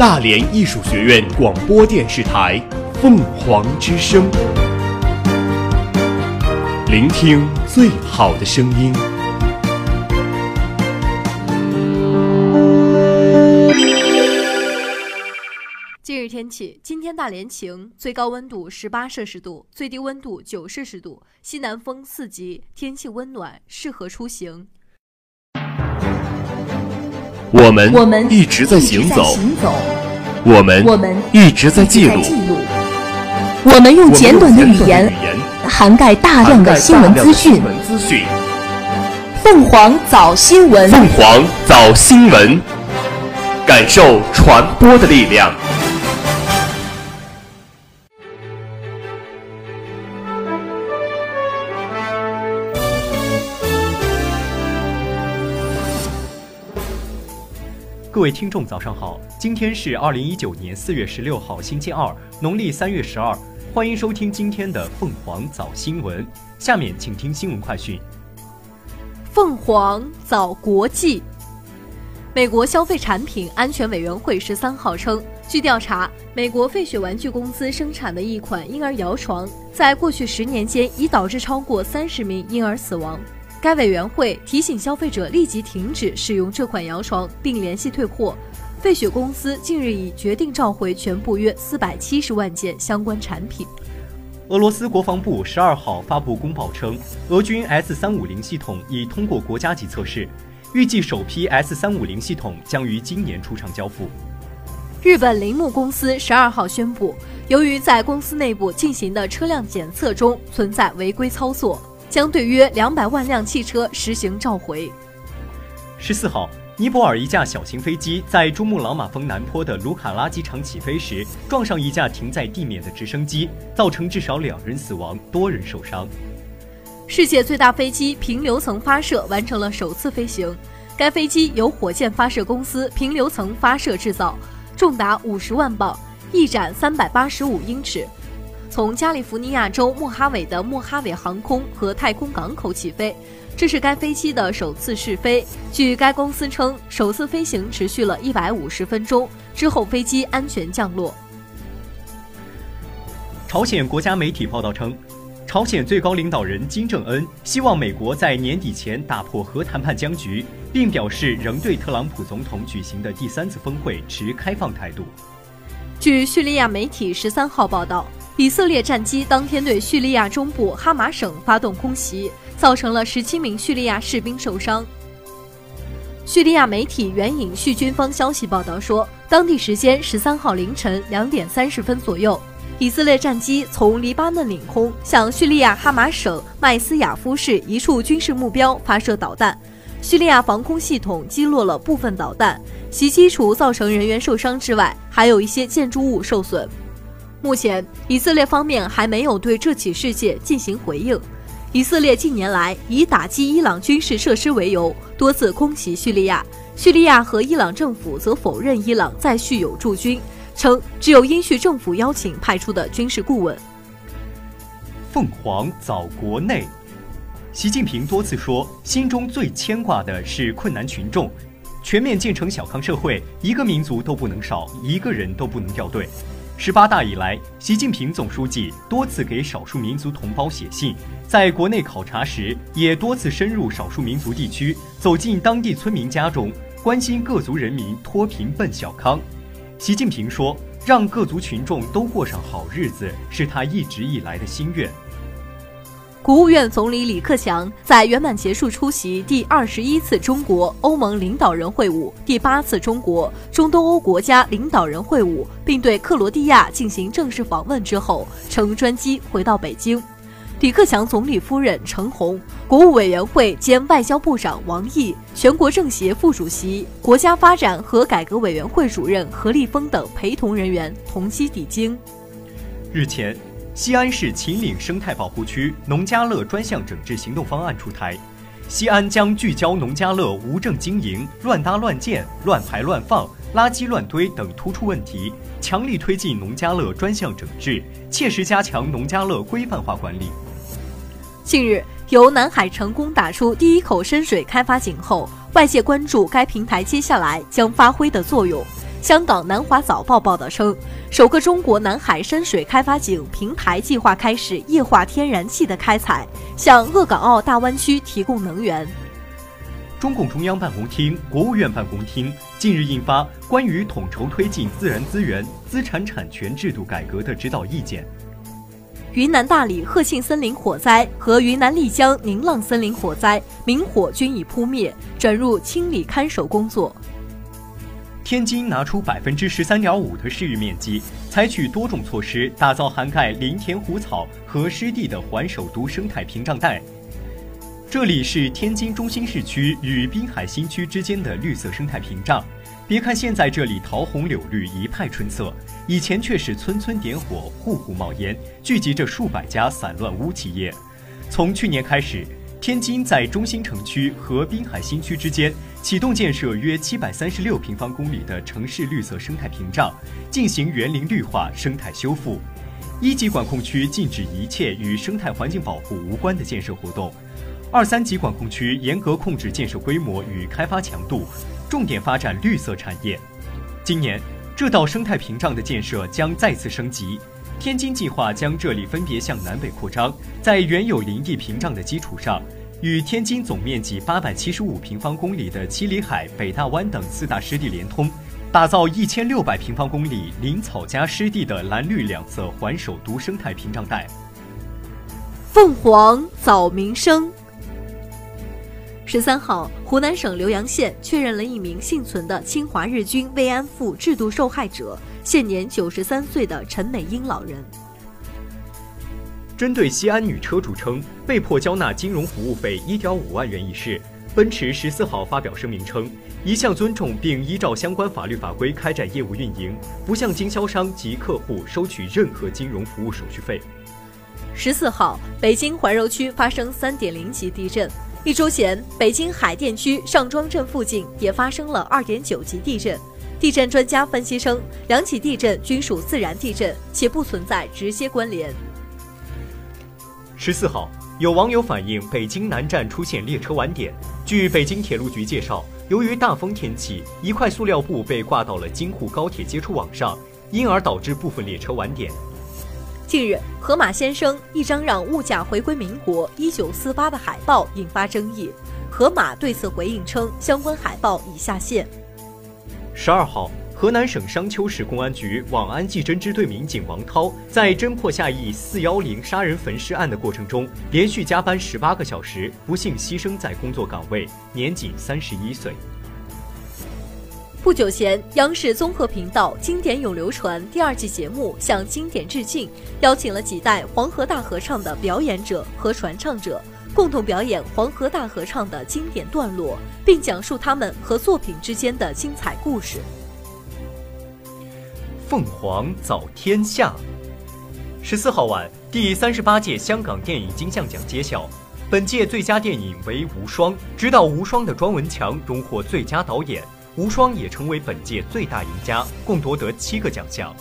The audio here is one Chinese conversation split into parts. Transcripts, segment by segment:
大连艺术学院广播电视台凤凰之声，聆听最好的声音。 今日天气：今天大连晴，最高温度18摄氏度，最低温度9摄氏度，西南风4级，天气温暖，适合出行。 我们一直在行走，我们一直在记录， 我们用简短的语言涵盖大量的新闻资讯。凤凰早新闻， 凤凰早新闻，感受传播的力量。 各位听众早上好，今天是2019年4月16号星期二，农历3月12，欢迎收听今天的凤凰早新闻。下面请听新闻快讯。 凤凰早国际。美国消费产品安全委员会13号称，据调查，美国费雪玩具公司生产的一款婴儿摇床，在过去10年间已导致超过30名婴儿死亡。该委员会提醒消费者立即停止使用这款摇床，并联系退货。费雪公司近日已决定召回全部约470万件相关产品。 俄罗斯国防部12号发布公报称，俄军 S-350 系统已通过国家级测试，预计首批 S-350 系统将于今年出厂交付。 日本铃木公司12号宣布，由于在公司内部进行的车辆检测中存在违规操作，将对约200万辆汽车实行召回。 14号，尼泊尔一架小型飞机在珠穆朗玛峰南坡的卢卡拉机场起飞时，撞上一架停在地面的直升机，造成至少2人死亡，多人受伤。 世界最大飞机平流层发射完成了首次飞行，该飞机由火箭发射公司平流层发射制造，重达50万磅，翼展385英尺。从加利福尼亚州莫哈韦的莫哈韦航空和太空港口起飞，这是该飞机的首次试飞。据该公司称，首次飞行持续了150分钟，之后飞机安全降落。 朝鲜国家媒体报道称，朝鲜最高领导人金正恩希望美国在年底前打破核谈判僵局，并表示仍对特朗普总统举行的第3次峰会持开放态度。 据叙利亚媒体13号报道，以色列战机当天对叙利亚中部哈马省发动空袭，造成了17名叙利亚士兵受伤。叙利亚媒体援引叙军方消息报道说，当地时间13号凌晨2点30分左右，以色列战机从黎巴嫩领空向叙利亚哈马省麦斯雅夫市一处军事目标发射导弹，叙利亚防空系统击落了部分导弹，袭击除造成人员受伤之外，还有一些建筑物受损。目前，以色列方面还没有对这起事件进行回应。以色列近年来以打击伊朗军事设施为由，多次空袭叙利亚。叙利亚和伊朗政府则否认伊朗在叙有驻军，称只有因叙政府邀请派出的军事顾问。 凤凰早国内。习近平多次说，心中最牵挂的是困难群众，全面建成小康社会，一个民族都不能少，一个人都不能掉队。18大以来，习近平总书记多次给少数民族同胞写信，在国内考察时也多次深入少数民族地区，走进当地村民家中，关心各族人民脱贫奔小康。习近平说，让各族群众都过上好日子，是他一直以来的心愿。 国务院总理李克强在圆满结束出席第21次中国欧盟领导人会晤、第8次中国中东欧国家领导人会晤，并对克罗地亚进行正式访问之后，乘专机回到北京。李克强总理夫人程红、国务委员会兼外交部长王毅、全国政协副主席、国家发展和改革委员会主任何立峰等陪同人员同机抵京。 日前，西安市秦岭生态保护区农家乐专项整治行动方案出台，西安将聚焦农家乐无证经营、乱搭乱建、乱排乱放、垃圾乱堆等突出问题，强力推进农家乐专项整治，切实加强农家乐规范化管理。 近日，由南海成功打出第一口深水开发井后，外界关注该平台接下来将发挥的作用。 香港南华早报报道称，首个中国南海深水开发井平台计划开始液化天然气的开采，向鄂港澳大湾区提供能源。 中共中央办公厅、国务院办公厅近日印发关于统筹推进自然资源、资产产权制度改革的指导意见。 云南大理鹤庆森林火灾和云南丽江宁浪森林火灾明火均已扑灭，转入清理看守工作。 天津拿出13.5%的市域面积，采取多种措施，打造涵盖林田湖草和湿地的环首都生态屏障带。这里是天津中心市区与滨海新区之间的绿色生态屏障。别看现在这里桃红柳绿一派春色，以前却是村村点火，户户冒烟，聚集着数百家散乱屋企业。从去年开始，天津在中心城区和滨海新区之间启动建设约736平方公里的城市绿色生态屏障，进行园林绿化、生态修复。1级管控区禁止一切与生态环境保护无关的建设活动。2、3级管控区严格控制建设规模与开发强度，重点发展绿色产业。今年，这道生态屏障的建设将再次升级。天津计划将这里分别向南北扩张，在原有林地屏障的基础上，与天津总面积875平方公里的七里海、北大湾等4大湿地连通，打造1600平方公里林草加湿地的蓝绿两色环首都生态屏障带。 凤凰早民生。13号，湖南省浏阳县确认了一名幸存的侵华日军慰安妇制度受害者，现年93岁的陈美英老人。 针对西安女车主称被迫交纳金融服务费1.5万元一事，奔驰14号发表声明称，一向尊重并依照相关法律法规开展业务运营，不向经销商及客户收取任何金融服务手续费。 14号，北京怀柔区发生3.0级地震。1周前，北京海淀区上庄镇附近也发生了2.9级地震。地震专家分析称，2起地震均属自然地震，且不存在直接关联。 14号，有网友反映北京南站出现列车晚点。据北京铁路局介绍，由于大风天气，一块塑料布被挂到了京沪高铁接触网上，因而导致部分列车晚点。 近日，河马先生一张让物价回归民国1948的海报引发争议。河马对此回应称，相关海报已下线。 12号，河南省商丘市公安局网安技侦支队民警王涛在侦破夏邑410杀人焚尸案的过程中，连续加班18个小时，不幸牺牲在工作岗位，年仅31岁。 不久前，央视综合频道《经典永流传》第2季节目向经典致敬，邀请了几代黄河大合唱的表演者和传唱者，共同表演黄河大合唱的经典段落，并讲述他们和作品之间的精彩故事。 凤凰早天下。14号晚，第38届香港电影金像奖揭晓，本届最佳电影为《无双》，执导《无双》的庄文强荣获最佳导演。无双也成为本届最大赢家，共夺得7个奖项。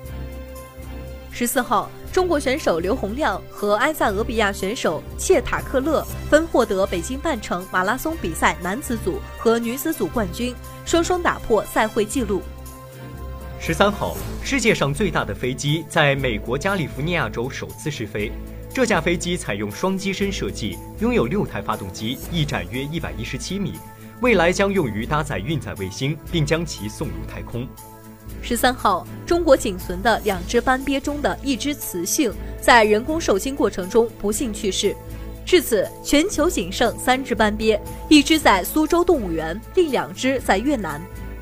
14号，中国选手刘洪亮和埃塞俄比亚选手切塔克勒分获得北京半程马拉松比赛男子组和女子组冠军，双双打破赛会纪录。 13号，世界上最大的飞机在美国加利福尼亚州首次试飞。这架飞机采用双机身设计，拥有6台发动机，翼展约117米。未来将用于搭载运载卫星，并将其送入太空。 13号，中国仅存的2只斑鳖中的1只雌性在人工受精过程中不幸去世，至此全球仅剩3只斑鳖，1只在苏州动物园，另2只在越南。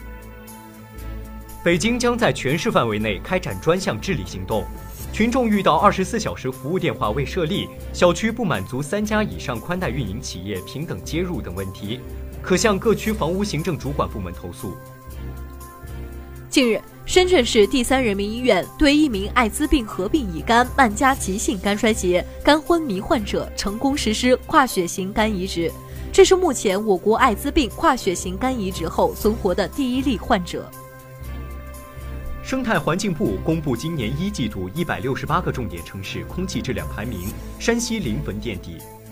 北京将在全市范围内开展专项治理行动，群众遇到24小时服务电话未设立、小区不满足3家以上宽带运营企业平等接入等问题，可向各区房屋行政主管部门投诉。 近日，深圳市第3人民医院对1名艾滋病合并乙肝慢加急性肝衰竭、肝昏迷患者成功实施跨血型肝移植，这是目前我国艾滋病跨血型肝移植后存活的第1例患者。 生态环境部公布今年1季度168个重点城市空气质量排名，山西临汾垫底。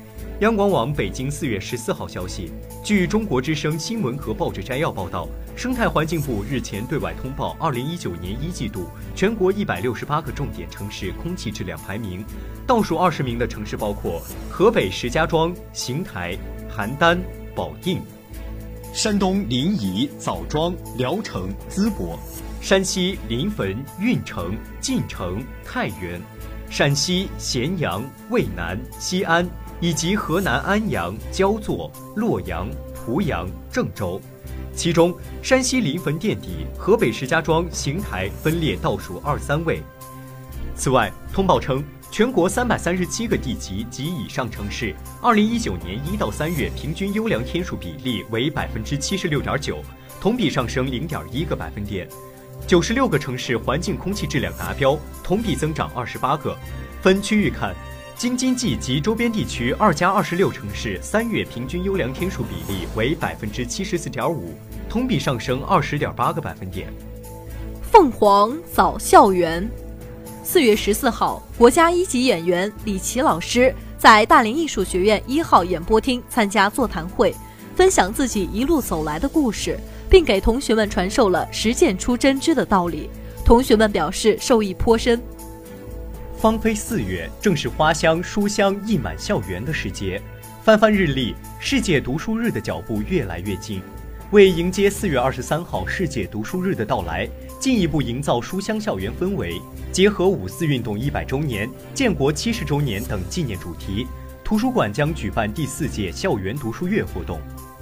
央广网北京4月14号消息，据中国之声新闻和报纸摘要报道，生态环境部日前对外通报2019年1季度全国168个重点城市空气质量排名，倒数20名的城市包括河北石家庄、邢台、邯郸、保定；山东临沂、枣庄、聊城、淄博；山西临汾、运城、晋城、太原；陕西咸阳、渭南、西安，以及河南安阳、焦作、洛阳、濮阳、郑州。其中，山西临汾垫底，河北石家庄、邢台分列倒数2、3位。此外，通报称，全国337个地级及以上城市，2019年1到3月平均优良天数比例为76.9%，同比上升0.1个百分点。96个城市环境空气质量达标，同比增长28个。分区域看，京津冀及周边地区2+26城市3月平均优良天数比例为74.5%，同比上升20.8个百分点。 凤凰早校园。4月14号，国家1级演员李琦老师在大连艺术学院1号演播厅参加座谈会，分享自己一路走来的故事，并给同学们传授了实践出真知的道理。同学们表示受益颇深。 芳菲4月，正是花香书香溢满校园的时节。翻翻日历，世界读书日的脚步越来越近。为迎接4月23号世界读书日的到来，进一步营造书香校园氛围，结合5四运动100周年、建国70周年等纪念主题，图书馆将举办第4届校园读书月活动。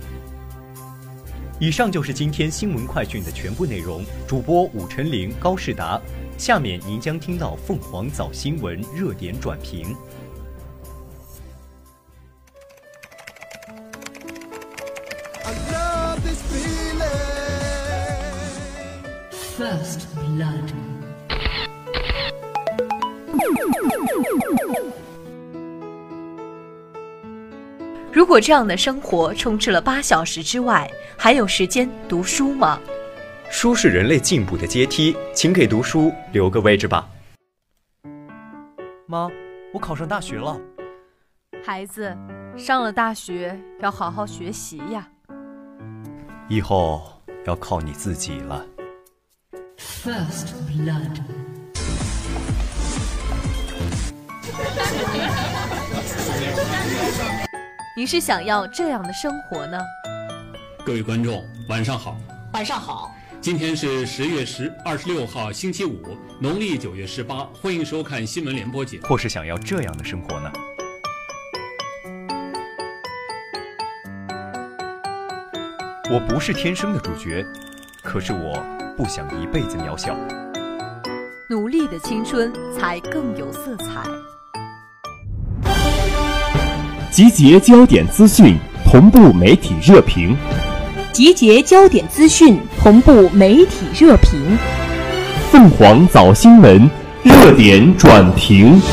以上就是今天新闻快讯的全部内容。主播武晨玲、高世达。下面您将听到凤凰早新闻热点转评。 First blood。 如果这样的生活充斥了8小时之外，还有时间读书吗？ 书是人类进步的阶梯，请给读书留个位置吧。 妈，我考上大学了。 孩子，上了大学要好好学习呀。 以后要靠你自己了。 First blood。 你是想要这样的生活呢？ 各位观众，晚上好。 晚上好。 今天是10月26号星期五，农历9月18，欢迎收看新闻联播节目。 或是想要这样的生活呢？我不是天生的主角，可是我不想一辈子渺小。 努力的青春才更有色彩。 集结焦点资讯，同步媒体热评。 集结焦点资讯，同步媒体热评。 凤凰早新闻热点转评。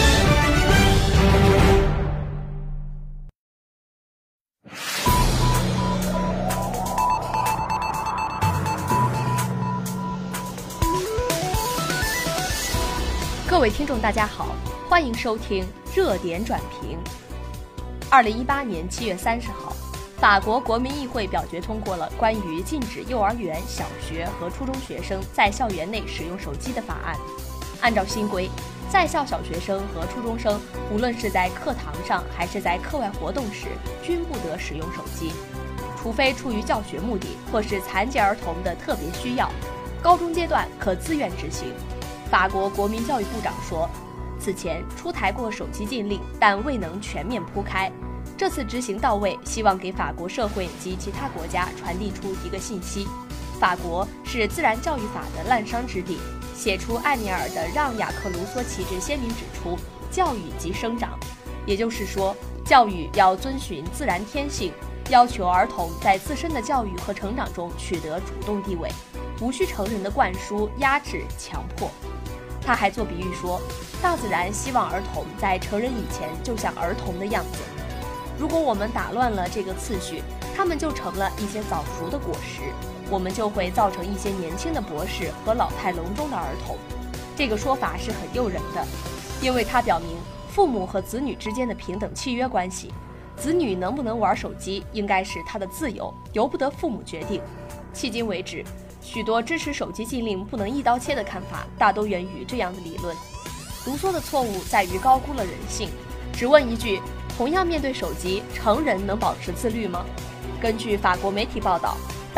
各位听众大家好，欢迎收听热点转评。2018年7月30号，法国国民议会表决通过了关于禁止幼儿园、小学和初中学生在校园内使用手机的法案。按照新规，在校小学生和初中生无论是在课堂上还是在课外活动时，均不得使用手机，除非出于教学目的或是残疾儿童的特别需要。高中阶段可自愿执行。法国国民教育部长说，此前出台过手机禁令，但未能全面铺开。这次执行到位，希望给法国社会及其他国家传递出一个信息：法国是自然教育法的滥觞之地。写出艾米尔的《让雅克·卢梭旗帜》鲜明指出，教育即生长，也就是说，教育要遵循自然天性，要求儿童在自身的教育和成长中取得主动地位，无需成人的灌输、压制、强迫。他还做比喻说，大自然希望儿童在成人以前就像儿童的样子。如果我们打乱了这个次序，他们就成了一些早熟的果实，我们就会造成一些年轻的博士和老态龙钟的儿童。这个说法是很诱人的，因为它表明父母和子女之间的平等契约关系。 子女能不能玩手机应该是他的自由，由不得父母决定。迄今为止，许多支持手机禁令不能一刀切的看法，大都源于这样的理论。卢梭的错误在于高估了人性。只问一句，同样面对手机，成人能保持自律吗？根据法国媒体报道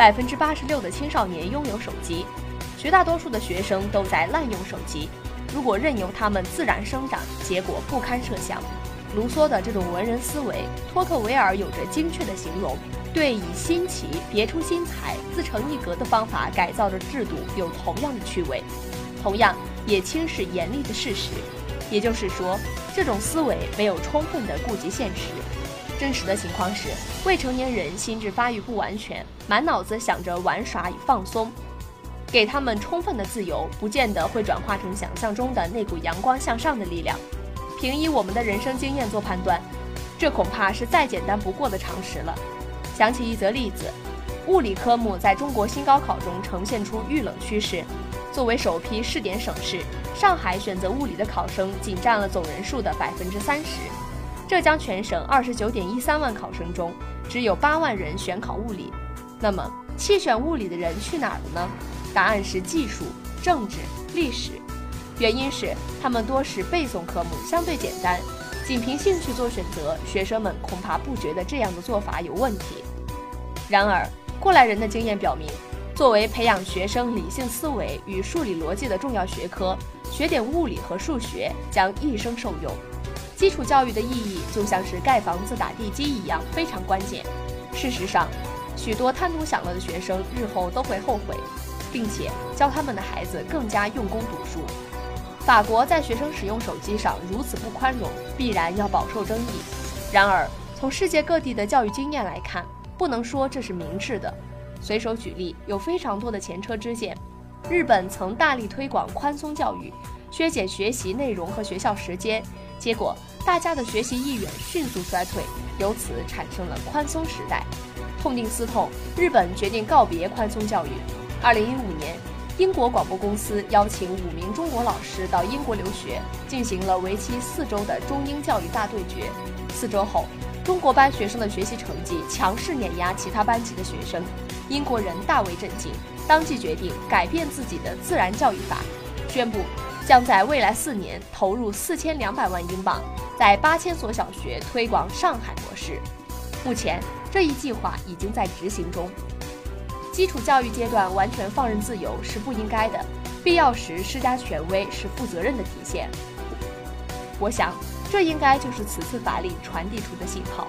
，86%的青少年拥有手机，绝大多数的学生都在滥用手机。如果任由他们自然生长，结果不堪设想。卢梭的这种文人思维，托克维尔有着精确的形容，对以新奇、别出心裁、自成一格的方法改造的制度有同样的趣味，同样也轻视严厉的事实。也就是说，这种思维没有充分的顾及现实。真实的情况是，未成年人心智发育不完全，满脑子想着玩耍与放松。给他们充分的自由，不见得会转化成想象中的那股阳光向上的力量。凭以我们的人生经验做判断，这恐怕是再简单不过的常识了。想起一则例子，物理科目在中国新高考中呈现出遇冷趋势。作为首批试点省市，上海选择物理的考生仅占了总人数的30%。浙江全省29.13万考生中，只有8万人选考物理。那么，弃选物理的人去哪儿了呢？答案是技术、政治、历史。原因是他们多是背诵科目，相对简单，仅凭兴趣做选择，学生们恐怕不觉得这样的做法有问题。然而，过来人的经验表明，作为培养学生理性思维与数理逻辑的重要学科，学点物理和数学将一生受用。基础教育的意义就像是盖房子打地基一样，非常关键。事实上，许多贪图享乐的学生日后都会后悔，并且教他们的孩子更加用功读书。法国在学生使用手机上如此不宽容，必然要饱受争议。然而，从世界各地的教育经验来看，不能说这是明智的。随手举例，有非常多的前车之鉴。日本曾大力推广宽松教育，削减学习内容和学校时间，结果大家的学习意愿迅速衰退，由此产生了宽松时代。痛定思痛，日本决定告别宽松教育。2015年，英国广播公司邀请5名中国老师到英国留学，进行了为期4周的中英教育大对决。4周后，中国班学生的学习成绩强势碾压其他班级的学生，英国人大为震惊，当即决定改变自己的自然教育法，宣布将在未来4年投入4200万英镑，在8000所小学推广上海模式。目前，这一计划已经在执行中。基础教育阶段完全放任自由是不应该的，必要时施加权威是负责任的体现。我想，这应该就是此次法令传递出的信号。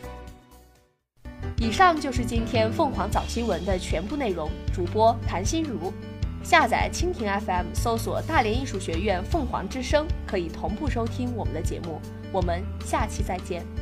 以上就是今天凤凰早新闻的全部内容。主播谭心如，下载蜻蜓 FM， 搜索大连艺术学院凤凰之声，可以同步收听我们的节目。我们下期再见。